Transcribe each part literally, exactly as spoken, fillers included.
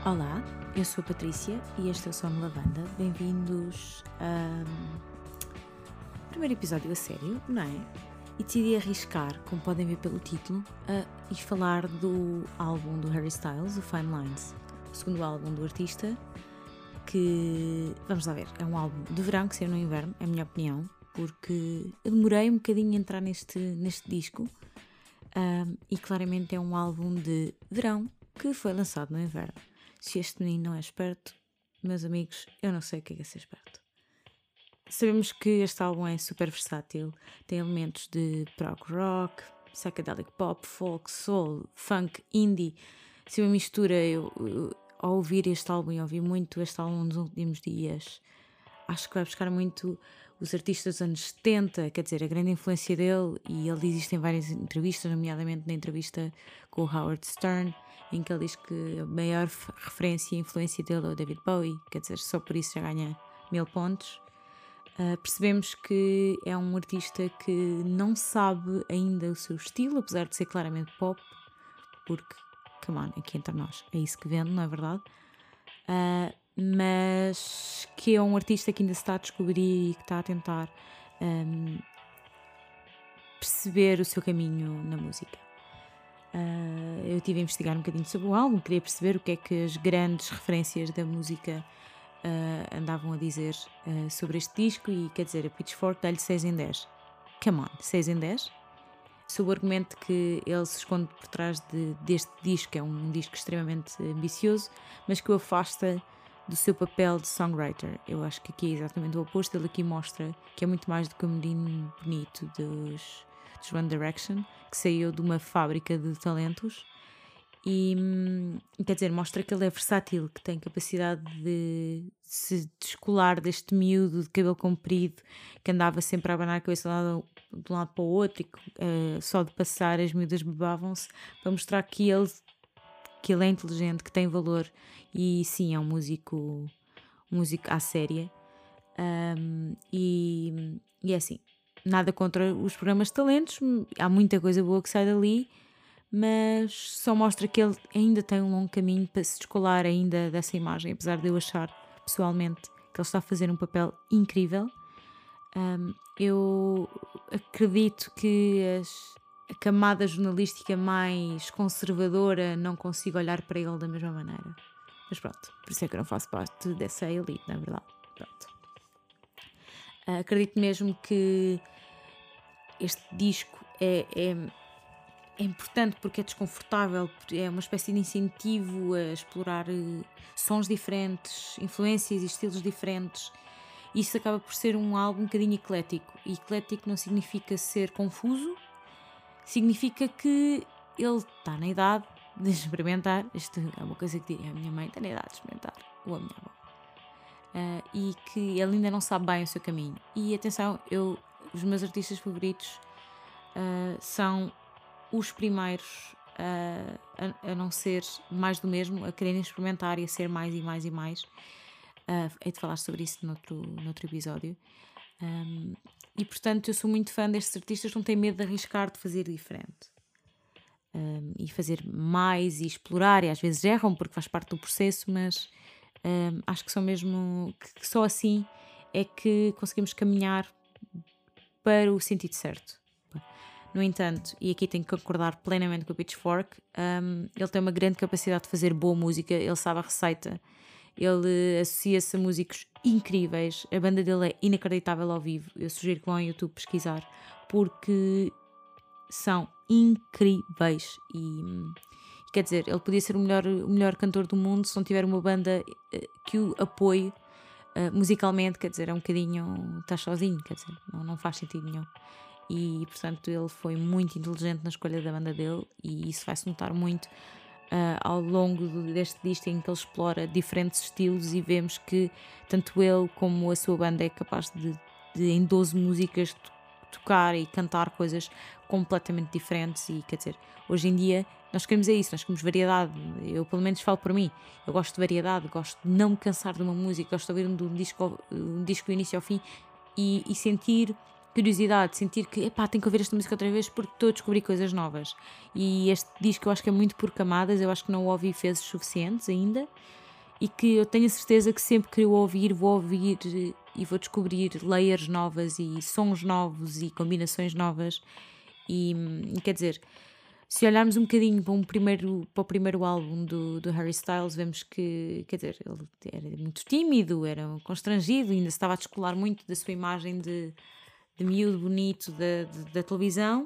Olá, eu sou a Patrícia e este é o Som de Lavanda. Bem-vindos ao primeiro episódio a sério, não é? E decidi arriscar, como podem ver pelo título, a ir falar do álbum do Harry Styles, o Fine Lines, o segundo álbum do artista, que, vamos lá ver, é um álbum de verão que saiu no inverno, é a minha opinião, porque eu demorei um bocadinho a entrar neste, neste disco um, e claramente é um álbum de verão que foi lançado no inverno. Se este menino não é esperto, meus amigos, eu não sei o que é, que é ser esperto. Sabemos que este álbum é super versátil, tem elementos de prog rock, psychedelic pop, folk, soul, funk, indie. Se uma mistura, eu, eu, ao ouvir este álbum e ouvir muito este álbum nos últimos dias, acho que vai buscar muito os artistas dos anos setenta, quer dizer, a grande influência dele, e ele diz em várias entrevistas, nomeadamente na entrevista com o Howard Stern, em que ele diz que a maior referência e influência dele é o David Bowie, quer dizer, só por isso já ganha mil pontos. Uh, percebemos que é um artista que não sabe ainda o seu estilo, apesar de ser claramente pop, porque, come on, aqui entre nós, é isso que vende, não é verdade? Uh, mas que é um artista que ainda se está a descobrir e que está a tentar um, perceber o seu caminho na música. Uh, eu estive a investigar um bocadinho sobre o álbum, queria perceber o que é que as grandes referências da música uh, andavam a dizer uh, sobre este disco, e quer dizer, a Pitchfork dá-lhe seis em dez. Come on, seis em dez? Sob o argumento que ele se esconde por trás de, deste disco, que é um disco extremamente ambicioso, mas que o afasta do seu papel de songwriter. Eu acho que aqui é exatamente o oposto. Ele aqui mostra que é muito mais do que o menino bonito dos, dos One Direction, que saiu de uma fábrica de talentos, e quer dizer, mostra que ele é versátil, que tem capacidade de se descolar deste miúdo de cabelo comprido que andava sempre a abanar a cabeça de um lado, de um lado para o outro, e uh, só de passar as miúdas bebavam-se, para mostrar que ele, que ele é inteligente, que tem valor, e sim, é um músico, um músico à séria. Um, e, e é assim, nada contra os programas de talentos, há muita coisa boa que sai dali, mas só mostra que ele ainda tem um longo caminho para se descolar ainda dessa imagem, apesar de eu achar pessoalmente que ele está a fazer um papel incrível. Um, eu acredito que as, a camada jornalística mais conservadora não consiga olhar para ele da mesma maneira, mas pronto, por isso é que eu não faço parte dessa elite, na verdade. Pronto. Uh, acredito mesmo que este disco é, é É importante porque é desconfortável, é uma espécie de incentivo a explorar uh, sons diferentes, influências e estilos diferentes. Isso acaba por ser um álbum um bocadinho eclético. E eclético não significa ser confuso, significa que ele está na idade de experimentar. Isto é uma coisa que diria a minha mãe: está na idade de experimentar, ou a minha avó. Uh, e que ele ainda não sabe bem o seu caminho. E atenção, eu, os meus artistas favoritos uh, são os primeiros uh, a, a não ser mais do mesmo, a quererem experimentar e a ser mais e mais e mais. Uh, hei de falar sobre isso noutro, noutro episódio. Um, e portanto eu sou muito fã destes artistas que não têm medo de arriscar, de fazer diferente. Um, e fazer mais e explorar, e às vezes erram porque faz parte do processo, mas um, acho que são mesmo que só assim é que conseguimos caminhar para o sentido certo. No entanto, e aqui tenho que concordar plenamente com o Pitchfork, um, ele tem uma grande capacidade de fazer boa música, ele sabe a receita, ele associa-se a músicos incríveis, a banda dele é inacreditável ao vivo, eu sugiro que vão ao YouTube pesquisar, porque são incríveis. E quer dizer, ele podia ser o melhor, o melhor cantor do mundo se não tiver uma banda que o apoie uh, musicalmente, quer dizer, é um bocadinho, estás sozinho, quer dizer, não, não faz sentido nenhum. E portanto ele foi muito inteligente na escolha da banda dele, e isso vai-se notar muito uh, ao longo deste disco, em que ele explora diferentes estilos, e vemos que tanto ele como a sua banda é capaz de, de em doze músicas tocar e cantar coisas completamente diferentes. E quer dizer, hoje em dia nós queremos é isso, nós queremos variedade. Eu pelo menos falo por mim, eu gosto de variedade, gosto de não me cansar de uma música, gosto de ouvir um disco, um disco do início ao fim e, e sentir curiosidade, sentir que, epá, tenho que ouvir esta música outra vez porque estou a descobrir coisas novas. E este disco eu acho que é muito por camadas, eu acho que não o ouvi vezes suficientes ainda, e que eu tenho a certeza que sempre que eu ouvir, vou ouvir e vou descobrir layers novas e sons novos e combinações novas. E, e quer dizer, se olharmos um bocadinho para, um primeiro, para o primeiro álbum do, do Harry Styles, vemos que, quer dizer, ele era muito tímido, era constrangido, ainda se estava a descolar muito da sua imagem de, de miúdo bonito da, de- da televisão,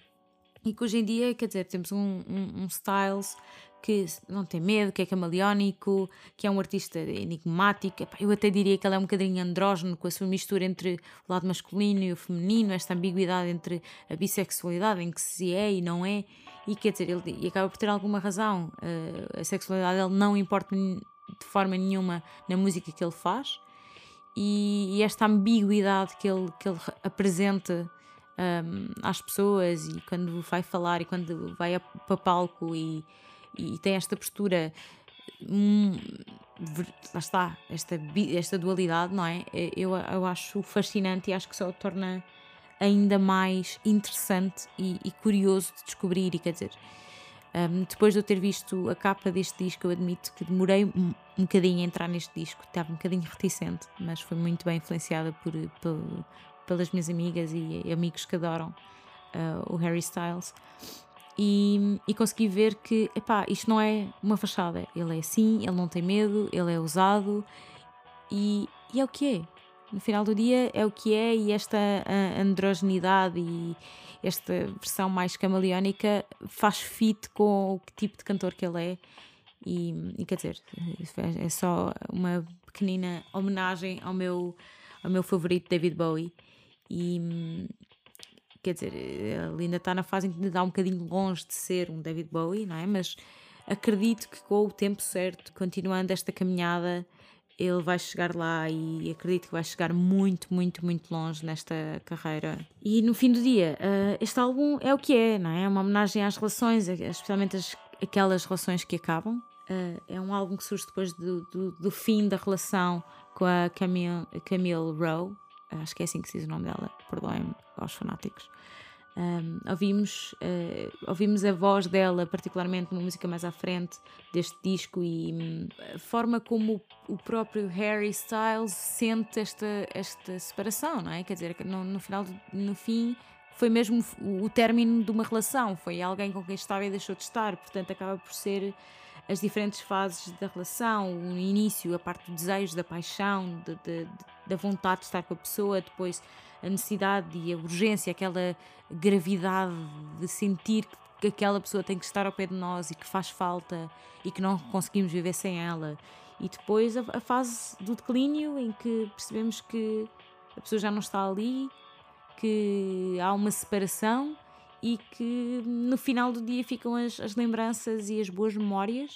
e que hoje em dia, quer dizer, temos um, um, um Styles que não tem medo, que é camaleónico, que é um artista enigmático. Epá, eu até diria que ele é um bocadinho andrógeno, com a sua mistura entre o lado masculino e o feminino, esta ambiguidade entre a bissexualidade, em que se é e não é. E quer dizer, ele e acaba por ter alguma razão. Uh, a sexualidade dele não importa de forma nenhuma na música que ele faz. E, e esta ambiguidade que ele, que ele apresenta um, às pessoas, e quando vai falar e quando vai a, para palco e, e tem esta postura, hum, lá está, esta, esta dualidade, não é? Eu, eu acho fascinante e acho que só o torna ainda mais interessante e, e curioso de descobrir. E quer dizer, um, depois de eu ter visto a capa deste disco, eu admito que demorei um, um bocadinho a entrar neste disco, estava um bocadinho reticente, mas foi muito bem influenciada por, por, pelas minhas amigas e, e amigos que adoram uh, o Harry Styles. E, e consegui ver que, epá, isto não é uma fachada, ele é assim, ele não tem medo, ele é ousado e, e é o que é. No final do dia é o que é, e esta androgenidade e esta versão mais camaleónica faz fit com o tipo de cantor que ele é. E, e quer dizer, é só uma pequenina homenagem ao meu, ao meu favorito David Bowie. E quer dizer, ele ainda está na fase em que ainda está um bocadinho longe de ser um David Bowie, não é? Mas acredito que com o tempo certo, continuando esta caminhada, ele vai chegar lá, e acredito que vai chegar muito, muito, muito longe nesta carreira. E no fim do dia, uh, este álbum é o que é, não é? É uma homenagem às relações, especialmente as, aquelas relações que acabam. Uh, é um álbum que surge depois do, do, do fim da relação com a Camille, Camille Rowe. Acho que é assim que se diz o nome dela, perdoem-me aos fanáticos. Um, ouvimos, uh, ouvimos a voz dela, particularmente numa música mais à frente deste disco, e um, a forma como o, o próprio Harry Styles sente esta, esta separação, não é? Quer dizer, no, no final, no fim, foi mesmo o, o término de uma relação, foi alguém com quem estava e deixou de estar, portanto acaba por ser as diferentes fases da relação, o início, a parte do desejo, da paixão, de, de, de, da vontade de estar com a pessoa, depois a necessidade e a urgência, aquela gravidade de sentir que aquela pessoa tem que estar ao pé de nós e que faz falta e que não conseguimos viver sem ela. E depois a, a fase do declínio, em que percebemos que a pessoa já não está ali, que há uma separação e que no final do dia ficam as, as lembranças e as boas memórias,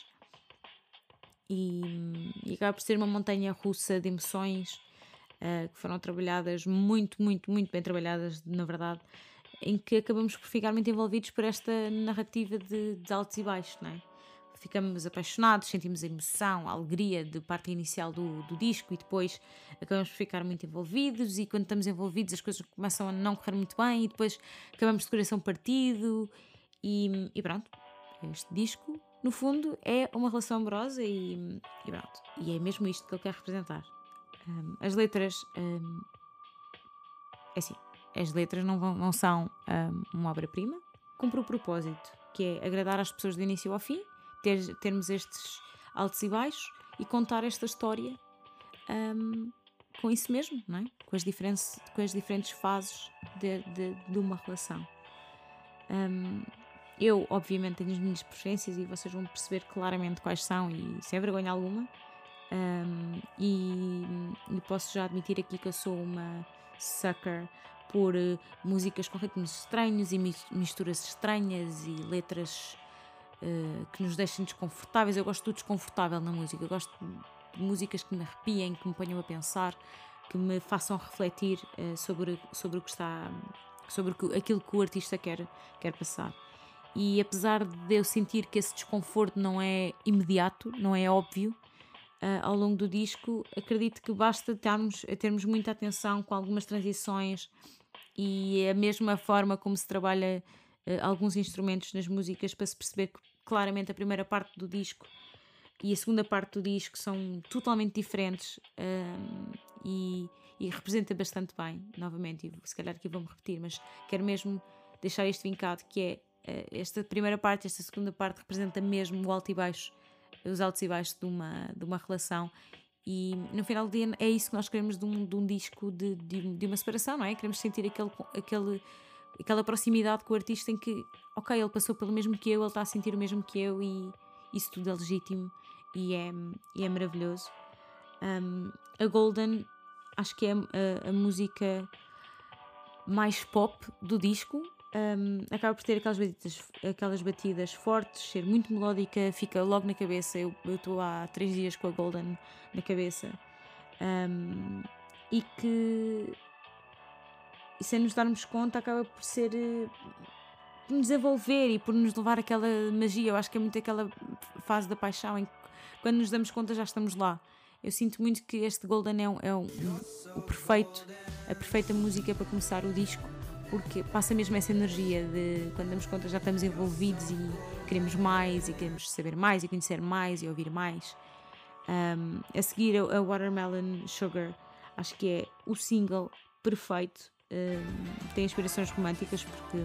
e, e acaba por ser uma montanha russa de emoções uh, que foram trabalhadas muito, muito, muito bem trabalhadas, na verdade, em que acabamos por ficar muito envolvidos por esta narrativa de, de altos e baixos, não é? Ficamos apaixonados, sentimos a emoção, a alegria de parte inicial do, do disco, e depois acabamos por ficar muito envolvidos, e quando estamos envolvidos as coisas começam a não correr muito bem, e depois acabamos de coração partido, e, e pronto, este disco no fundo é uma relação amorosa, e, e pronto, e é mesmo isto que ele quer representar. Um, as letras, um, é assim, as letras não, vão, não são um, uma obra-prima, cumpre o propósito, que é agradar às pessoas do início ao fim, ter, termos estes altos e baixos e contar esta história um, com isso mesmo, não é? Com as diferentes, com as diferentes fases de, de, de uma relação. Um, eu, obviamente, tenho as minhas preferências, e vocês vão perceber claramente quais são, e sem vergonha alguma. Um, e, e posso já admitir aqui que eu sou uma sucker por uh, músicas com ritmos estranhos e misturas estranhas e letras uh, que nos deixem desconfortáveis. Eu gosto do desconfortável na música, eu gosto de músicas que me arrepiem, que me ponham a pensar, que me façam refletir uh, sobre, sobre o que está, sobre aquilo que o artista quer, quer passar. E apesar de eu sentir que esse desconforto não é imediato, não é óbvio, Uh, ao longo do disco, acredito que basta termos, termos muita atenção com algumas transições e a mesma forma como se trabalha uh, alguns instrumentos nas músicas para se perceber que claramente a primeira parte do disco e a segunda parte do disco são totalmente diferentes, um, e, e representa bastante bem, novamente, e se calhar aqui vou-me repetir, mas quero mesmo deixar isto vincado, que é uh, esta primeira parte, esta segunda parte representa mesmo o alto e baixo, os altos e baixos de uma, de uma relação, e no final do dia é isso que nós queremos de um, de um disco de, de, de uma separação, não é? Queremos sentir aquele, aquele, aquela proximidade com o artista em que, ok, ele passou pelo mesmo que eu, ele está a sentir o mesmo que eu, e isso tudo é legítimo e é, e é maravilhoso. Um, a Golden acho que é a, a música mais pop do disco. Um, acaba por ter aquelas batidas, aquelas batidas fortes, ser muito melódica, fica logo na cabeça. Eu estou há três dias com a Golden na cabeça, um, e que, e sem nos darmos conta, acaba por ser, por nos envolver e por nos levar aquela magia. Eu acho que é muito aquela fase da paixão em que, quando nos damos conta, já estamos lá. Eu sinto muito que este Golden é, um, é um, um, o perfeito, a perfeita música para começar o disco, porque passa mesmo essa energia de, quando damos conta, já estamos envolvidos e queremos mais, e queremos saber mais, e conhecer mais, e ouvir mais. Um, a seguir, a Watermelon Sugar, acho que é o single perfeito. Um, tem inspirações românticas, porque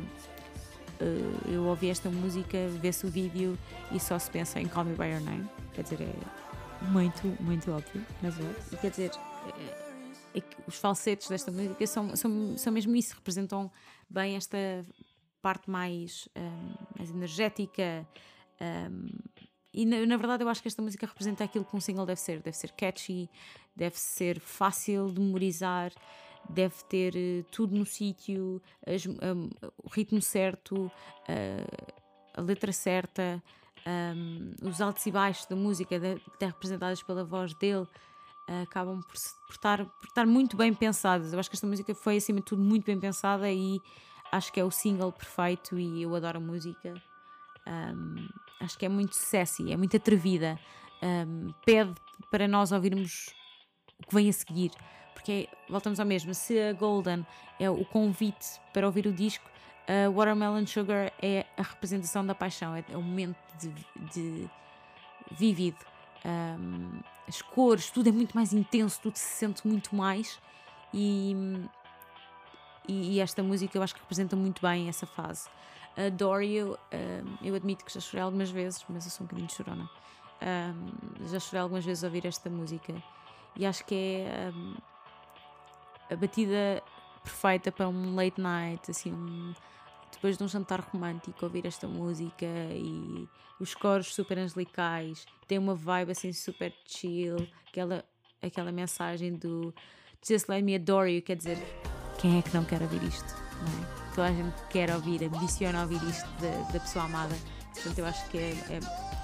uh, eu ouvi esta música, vê-se o vídeo e só se pensa em Call Me By Your Name. Quer dizer, é muito, muito óbvio, mas é. E quer dizer, é, é que os falsetes desta música são, são, são mesmo isso, representam bem esta parte mais, um, mais energética, um, e na, na verdade eu acho que esta música representa aquilo que um single deve ser. Deve ser catchy, deve ser fácil de memorizar, deve ter uh, tudo no sítio, um, o ritmo certo, uh, a letra certa. Um, os altos e baixos da música, de, de representados pela voz dele, uh, acabam por, por, estar, por estar muito bem pensadas. Eu acho que esta música foi, acima de tudo, muito bem pensada, e acho que é o single perfeito, e eu adoro a música. Um, acho que é muito sassy, é muito atrevida, um, pede para nós ouvirmos o que vem a seguir, porque voltamos ao mesmo. Se a Golden é o convite para ouvir o disco, a Watermelon Sugar é a representação da paixão, é o momento de, de vívido. Um, as cores, tudo é muito mais intenso, tudo se sente muito mais, e, e, e esta música eu acho que representa muito bem essa fase. Adoro You, um, eu admito que já chorei algumas vezes, mas eu sou um bocadinho chorona. Um, já chorei algumas vezes a ouvir esta música, e acho que é um, a batida perfeita para um late night, assim, um, depois de um jantar romântico, ouvir esta música, e os coros super angelicais, tem uma vibe assim super chill, aquela, aquela mensagem do Just Let Me Adore You, quer dizer, quem é que não quer ouvir isto, não é? Toda a gente quer ouvir, ambiciona a ouvir isto da, da pessoa amada. Portanto, eu acho que é, é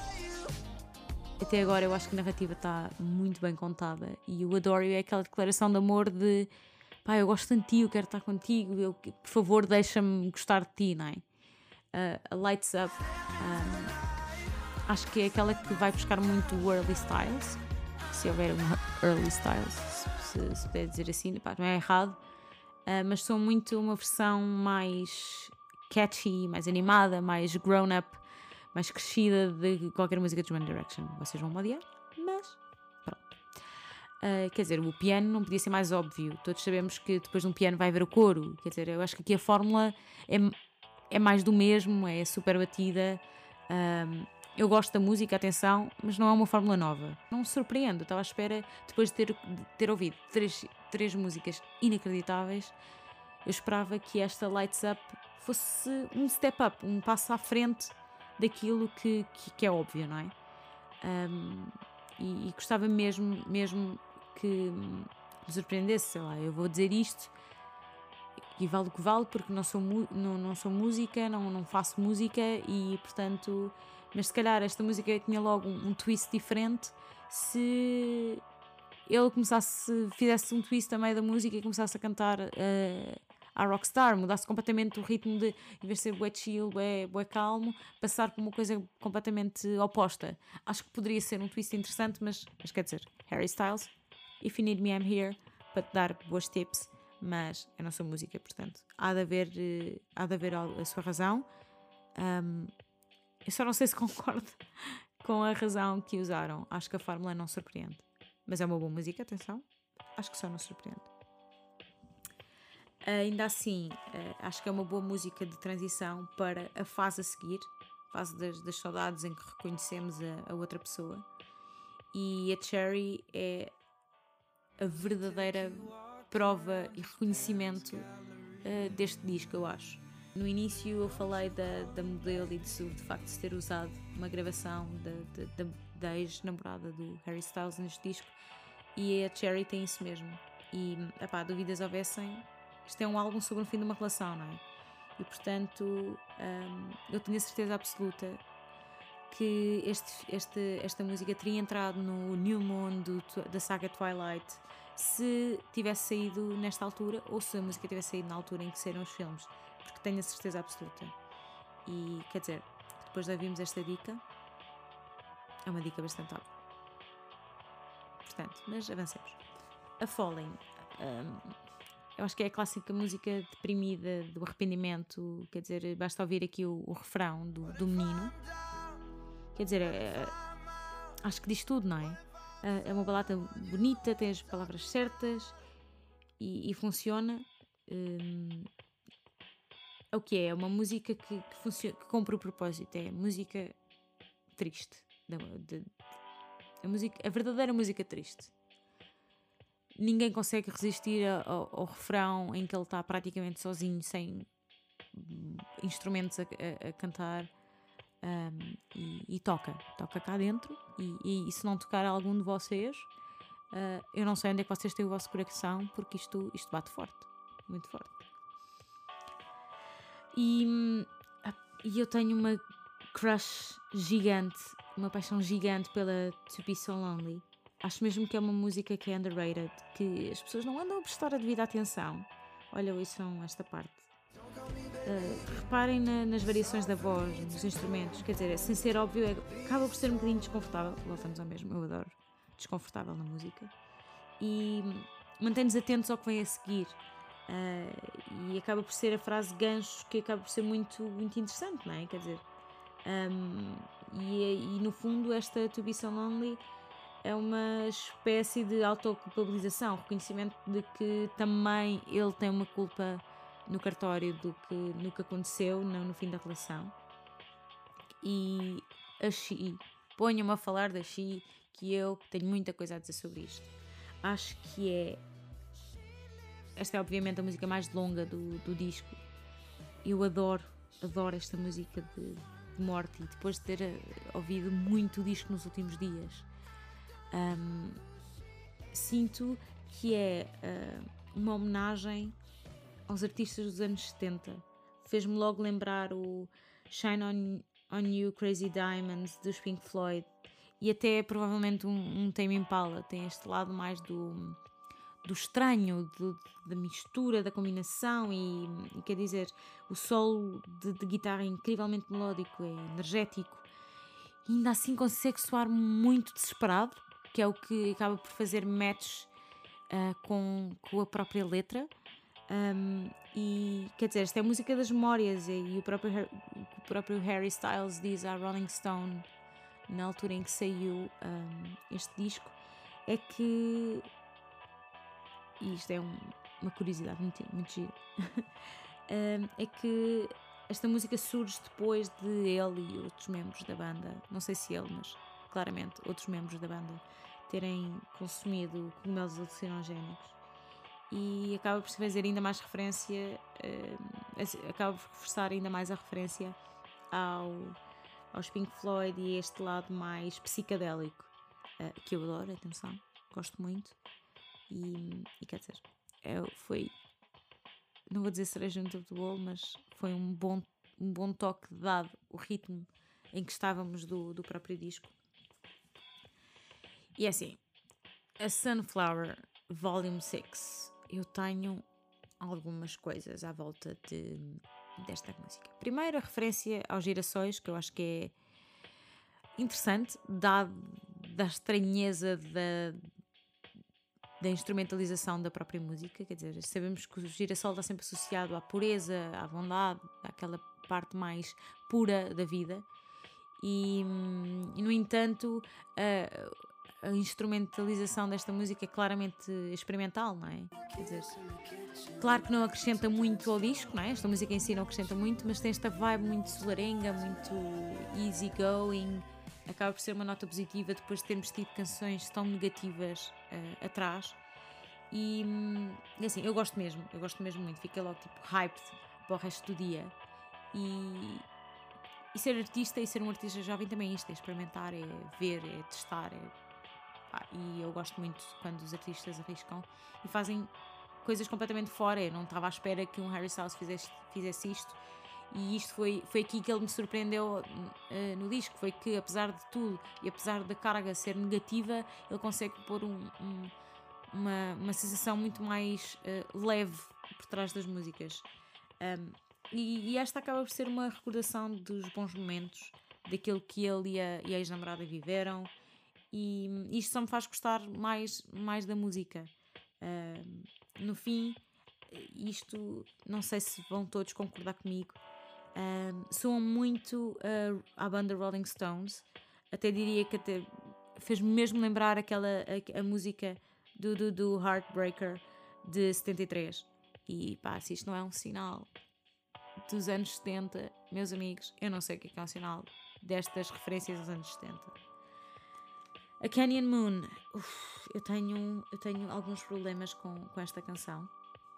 até agora eu acho que a narrativa está muito bem contada, e o Adore You é aquela declaração de amor de pá, eu gosto tanto de ti, eu quero estar contigo, eu, por favor deixa-me gostar de ti, não é? Uh, a Lights Up, um, acho que é aquela que vai buscar muito o Early Styles, se houver um Early Styles, se, se puder dizer assim, pá, não é errado, uh, mas são muito uma versão mais catchy, mais animada, mais grown-up, mais crescida de qualquer música de One Direction. Vocês vão me odiar, mas pronto. Uh, quer dizer, o piano não podia ser mais óbvio. Todos sabemos que depois de um piano vai haver o coro. Quer dizer, eu acho que aqui a fórmula é, é mais do mesmo, é super batida. Um, eu gosto da música, atenção, mas não é uma fórmula nova. Não me surpreendo, eu estava à espera, depois de ter, de ter ouvido três, três músicas inacreditáveis, eu esperava que esta Lights Up fosse um step up, um passo à frente daquilo que, que, que é óbvio, não é? Um, e, e gostava mesmo, mesmo que me surpreendesse, sei lá, eu vou dizer isto e vale o que vale, porque não sou, não, não sou música, não, não faço música, e portanto, mas se calhar esta música tinha logo um, um twist diferente se ele começasse, fizesse um twist a meio da música e começasse a cantar uh, a Rockstar, mudasse completamente o ritmo de, em vez de ser bué chill, bué, bué calmo, passar por uma coisa completamente oposta. Acho que poderia ser um twist interessante, mas, mas quer dizer, Harry Styles, If You Need Me I'm Here, para te dar boas tips. mas eu não sou música, portanto, há de haver, uh, há de haver a sua razão. Um, eu só não sei se concordo com a razão que usaram. Acho que a fórmula não surpreende, mas é uma boa música, atenção. Acho que só não surpreende. Ainda assim, acho que é uma boa música de transição para a fase a seguir, a fase das, das saudades em que reconhecemos a, a outra pessoa. E a Cherry é a verdadeira prova e reconhecimento uh, deste disco, eu acho. No início eu falei da, da modelo e de, de facto de se ter usado uma gravação da, da, da ex-namorada do Harry Styles neste disco, e a Cherry tem isso mesmo. E, epá, dúvidas houvessem, isto é um álbum sobre o fim de uma relação, não é? E portanto, um, eu tenho a certeza absoluta que este, este, esta música teria entrado no New Moon do, da saga Twilight se tivesse saído nesta altura, ou se a música tivesse saído na altura em que saíram os filmes, porque tenho a certeza absoluta. E quer dizer, depois de ouvirmos esta dica, é uma dica bastante óbvia. Portanto, mas avancemos. A Falling, um, eu acho que é a clássica música deprimida do arrependimento. Quer dizer, basta ouvir aqui o, o refrão do, do menino. Quer dizer, é, acho que diz tudo, não é? É uma balada bonita, tem as palavras certas e, e funciona. Um, é o que é? É uma música que, que, funciona, que cumpre o propósito. É música triste. De, de, a, música, a verdadeira música triste. Ninguém consegue resistir ao, ao refrão em que ele está praticamente sozinho, sem instrumentos a, a, a cantar. Um, e, e toca, toca cá dentro, e, e, e se não tocar algum de vocês, uh, eu não sei onde é que vocês têm o vosso coração, porque isto, isto bate forte, muito forte. E, e eu tenho uma crush gigante, uma paixão gigante pela To Be So Lonely. Acho mesmo que é uma música que é underrated, que as pessoas não andam a prestar a devida atenção. Olha, ouçam esta parte. Uh, reparem na, nas variações da voz, nos instrumentos, quer dizer, sem ser óbvio, é, acaba por ser um bocadinho desconfortável. Voltamos ao mesmo, eu adoro desconfortável na música, e mantém-nos atentos ao que vem a seguir, uh, e acaba por ser a frase gancho que acaba por ser muito, muito interessante, não é? Quer dizer, um, e, e no fundo esta To Be So Lonely é uma espécie de autoculpabilização, reconhecimento de que também ele tem uma culpa no cartório do que, no que aconteceu, não no fim da relação. E a She, ponham-me a falar da She, que eu tenho muita coisa a dizer sobre isto. Acho que é, esta é obviamente a música mais longa do, do disco. Eu adoro, adoro esta música de, de morte, e depois de ter ouvido muito o disco nos últimos dias, um, sinto que é uh, uma homenagem aos artistas dos anos setenta. Fez-me logo lembrar o Shine On, On You, Crazy Diamonds dos Pink Floyd, e até provavelmente um, um Tame Impala. Tem este lado mais do, do estranho, do, da mistura, da combinação, e, e quer dizer, o solo de, de guitarra é incrivelmente melódico, é energético, e ainda assim consegue soar muito desesperado, que é o que acaba por fazer match uh, com, com a própria letra. Um, e quer dizer, esta é a música das memórias, e, e o, próprio, o próprio Harry Styles diz à Rolling Stone, na altura em que saiu um, este disco, é que, e isto é um, uma curiosidade muito, muito gira, um, é que esta música surge depois de ele e outros membros da banda, não sei se ele, mas claramente outros membros da banda, terem consumido cogumelos alucinogénicos. E acaba por se fazer ainda mais referência, uh, acaba por reforçar ainda mais a referência ao, aos Pink Floyd e este lado mais psicadélico, uh, que eu adoro, atenção, gosto muito. E, e quer dizer, é, foi, não vou dizer cereja no topo do bolo, mas foi um bom, um bom toque dado o ritmo em que estávamos do, do próprio disco. E é assim, a Sunflower Volume seis, eu tenho algumas coisas à volta de, desta música. Primeiro, a referência aos girassóis, que eu acho que é interessante, dado da estranheza da, da instrumentalização da própria música. Quer dizer, sabemos que o girassol está sempre associado à pureza, à bondade, àquela parte mais pura da vida, e, e no entanto a, a instrumentalização desta música é claramente experimental, não é? Quer dizer, claro que não acrescenta muito ao disco, não é? Esta música em si não acrescenta muito, mas tem esta vibe muito solarenga, muito easy going, acaba por ser uma nota positiva depois de termos tido canções tão negativas uh, atrás. E, e assim, eu gosto mesmo, eu gosto mesmo muito, fica logo tipo hyped para o resto do dia. E, e ser artista e ser um artista jovem também é isto, é experimentar, é ver, é testar, é, pá, e eu gosto muito quando os artistas arriscam e fazem coisas completamente fora. Eu não estava à espera que um Harry Styles fizesse, fizesse isto, e isto foi, foi aqui que ele me surpreendeu uh, no disco, foi que apesar de tudo e apesar da carga ser negativa, ele consegue pôr um, um, uma, uma sensação muito mais uh, leve por trás das músicas. Um, e, e esta acaba por ser uma recordação dos bons momentos, daquilo que ele e a, e a ex-namorada viveram, e isto só me faz gostar mais, mais da música. Um, no fim, isto, não sei se vão todos concordar comigo, um, soam muito uh, à banda Rolling Stones. Até diria que até fez-me mesmo lembrar aquela, a, a música do, do, do Heartbreaker de setenta e três. E pá, se isto não é um sinal dos anos setenta, meus amigos, eu não sei o que é, que é um sinal destas referências dos anos setenta. A Canyon Moon, uf, eu, tenho, eu tenho alguns problemas com, com esta canção.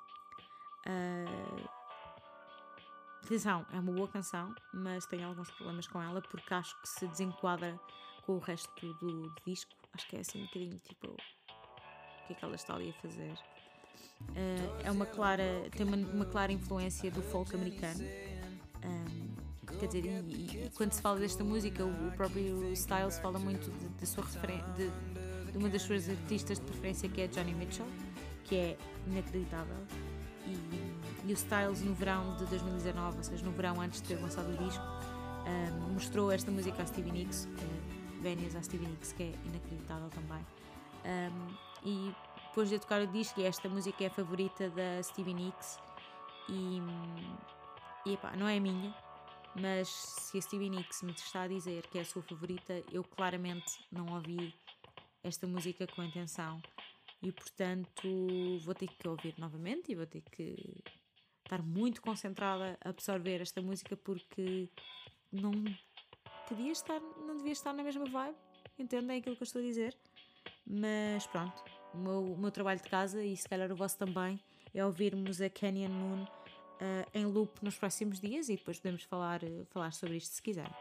Uh, atenção, é uma boa canção, mas tenho alguns problemas com ela porque acho que se desenquadra com o resto do, do disco. Acho que é assim um bocadinho tipo, o que é que ela está ali a fazer. Uh, é uma clara, tem uma, uma clara influência do folk americano. Um, quer dizer, e, e, e quando se fala desta música, o, o próprio Styles fala muito de, de, sua referen- de, de uma das suas artistas de preferência, que é Joni Mitchell, que é inacreditável. E, e o Styles, no verão de dois mil e dezanove, ou seja, no verão antes de ter lançado o disco, um, mostrou esta música a Stevie Nicks, uh, Vénias a Stevie Nicks, que é inacreditável também. Um, e depois de eu tocar o disco, e esta música é a favorita da Stevie Nicks, e, e epá, não é a minha, mas se a Stevie Nicks me está a dizer que é a sua favorita, eu claramente não ouvi esta música com intenção, e portanto vou ter que ouvir novamente e vou ter que estar muito concentrada a absorver esta música, porque não podia estar, não devia estar na mesma vibe, entendem aquilo que eu estou a dizer? Mas pronto, o meu, o meu trabalho de casa, e se calhar o vosso também, é ouvirmos a Canyon Moon uh, em loop nos próximos dias, e depois podemos falar, uh, falar sobre isto se quiser.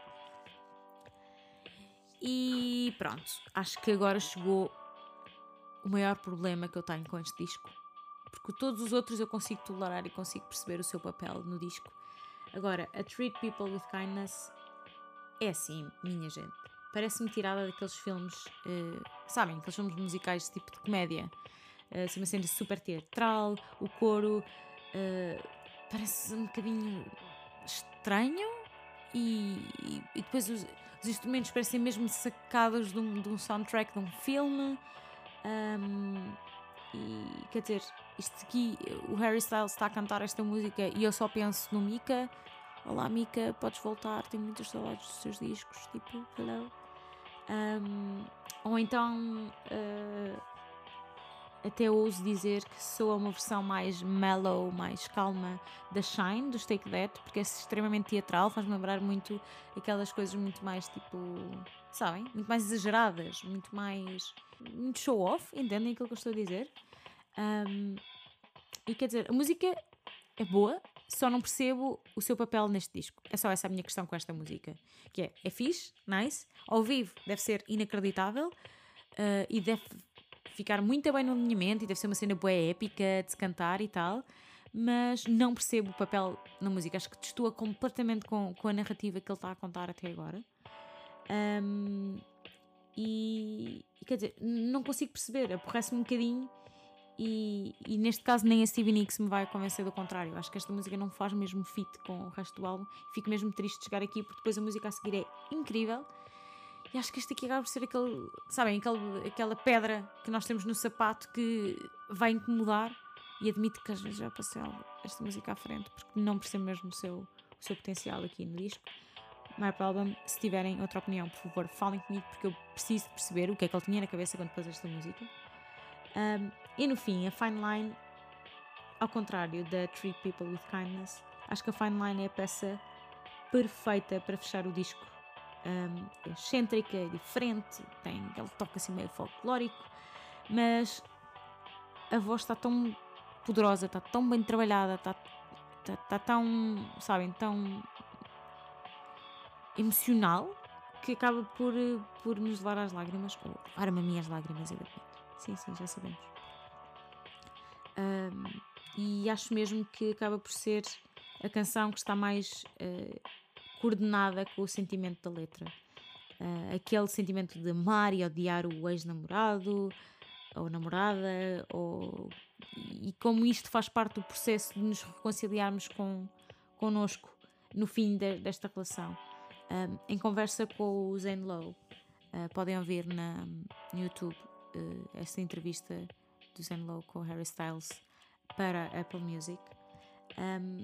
E pronto, acho que agora chegou o maior problema que eu tenho com este disco, porque todos os outros eu consigo tolerar e consigo perceber o seu papel no disco. Agora, a Treat People with Kindness é assim, minha gente, parece-me tirada daqueles filmes, uh, sabem, aqueles filmes musicais tipo de comédia, uh, assim, uma cena super teatral, o coro uh, parece um bocadinho estranho, e, e, e depois os, os instrumentos parecem mesmo sacados de um, de um soundtrack de um filme. Um, e quer dizer, isto aqui, o Harry Styles está a cantar esta música e eu só penso no Mika. Olá Mika, podes voltar, tenho muitas saudades dos seus discos, tipo, hello. Um, ou então uh, até ouso dizer que soa uma versão mais mellow, mais calma da Shine, dos Take That, porque é extremamente teatral, faz-me lembrar muito aquelas coisas muito mais tipo, sabem, muito mais exageradas, muito mais, muito show off, entendem aquilo que eu estou a dizer? Um, e quer dizer, a música é boa, só não percebo o seu papel neste disco. É só essa a minha questão com esta música, que é, é fixe, nice, ao vivo deve ser inacreditável, uh, e deve ficar muito bem no alinhamento, e deve ser uma cena boa épica de se cantar e tal, mas não percebo o papel na música. Acho que destoa completamente com, com a narrativa que ele está a contar até agora. Um, e, e quer dizer, não consigo perceber, aborrece-me um bocadinho. E, e neste caso nem a Stevie Nicks me vai convencer do contrário. Acho que esta música não faz mesmo fit com o resto do álbum. Fico mesmo triste de chegar aqui, porque depois a música a seguir é incrível. E acho que este aqui acaba por ser aquele, sabem, aquele, aquela pedra que nós temos no sapato que vai incomodar, e admito que às vezes já passei esta música à frente porque não percebo mesmo o seu, o seu potencial aqui no disco. My Problem. Se tiverem outra opinião, por favor, falem comigo, porque eu preciso de perceber o que é que ele tinha na cabeça quando pôs esta música. Um, e no fim, a Fine Line, ao contrário da Treat People with Kindness, acho que a Fine Line é a peça perfeita para fechar o disco. Um, é excêntrica, é diferente, tem aquele toque assim meio folclórico, mas a voz está tão poderosa, está tão bem trabalhada, está, está, está tão, sabem, tão emocional, que acaba por, por nos levar às lágrimas, ou levar-me a mim às lágrimas, eu admito. Sim, sim, já sabemos. Um, e acho mesmo que acaba por ser a canção que está mais uh, coordenada com o sentimento da letra. Uh, aquele sentimento de amar e odiar o ex-namorado ou namorada, ou, e como isto faz parte do processo de nos reconciliarmos com, connosco no fim de, desta relação. Um, em conversa com o Zane Lowe, uh, podem ouvir na, no YouTube uh, esta entrevista do Zane Lowe com o Harry Styles para a Apple Music. Um,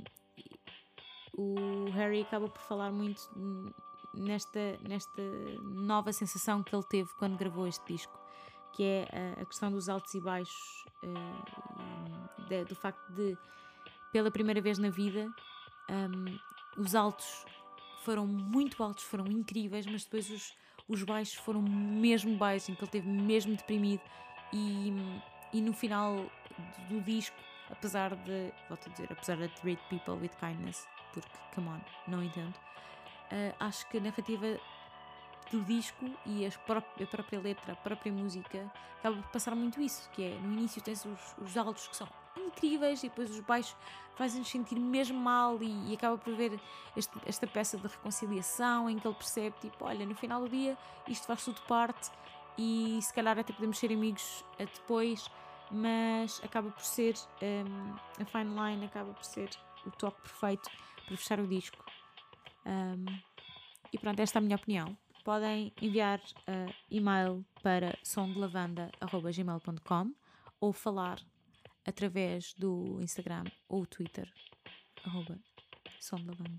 o Harry acaba por falar muito nesta, nesta nova sensação que ele teve quando gravou este disco, que é a, a questão dos altos e baixos, uh, de, do facto de, pela primeira vez na vida, um, os altos foram muito altos, foram incríveis, mas depois os, os baixos foram mesmo baixos, em que ele esteve mesmo deprimido, e, e no final do, do disco, apesar de, volto a dizer, apesar de Treat People with Kindness, porque, come on, não entendo, uh, acho que a narrativa do disco e as pró- a própria letra, a própria música, acaba por passar muito isso, que é, no início tens os, os altos que são incríveis e depois os baixos fazem-nos sentir mesmo mal, e, e acaba por ver este, esta peça de reconciliação em que ele percebe, tipo, olha, no final do dia isto faz tudo parte e se calhar até podemos ser amigos depois, mas acaba por ser um, a Fine Line acaba por ser o toque perfeito para fechar o disco. Um, e pronto, esta é a minha opinião. Podem enviar uh, e-mail para somdelavanda arroba gmail ponto com ou falar através do Instagram ou Twitter arroba somdelavanda.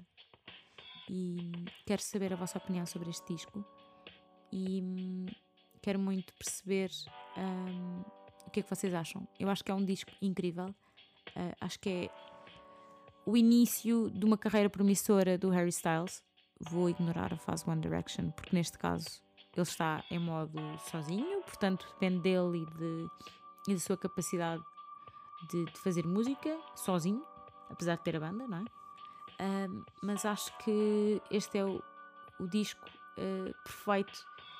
E quero saber a vossa opinião sobre este disco e hum, quero muito perceber um, o que é que vocês acham. Eu acho que é um disco incrível. Uh, acho que é o início de uma carreira promissora do Harry Styles. Vou ignorar a fase One Direction, porque neste caso ele está em modo sozinho, portanto depende dele e, de, e da sua capacidade de, de fazer música sozinho, apesar de ter a banda, não é? Uh, mas acho que este é o, o disco uh, perfeito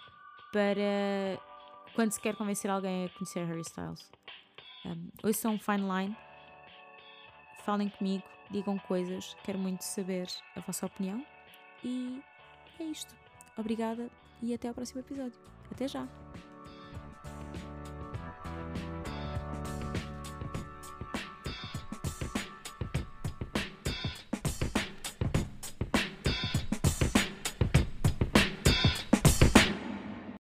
para quando se quer convencer alguém a conhecer Harry Styles. Um, ouçam Fine Line, falem comigo, digam coisas, quero muito saber a vossa opinião. E é isto. Obrigada e até ao próximo episódio. Até já!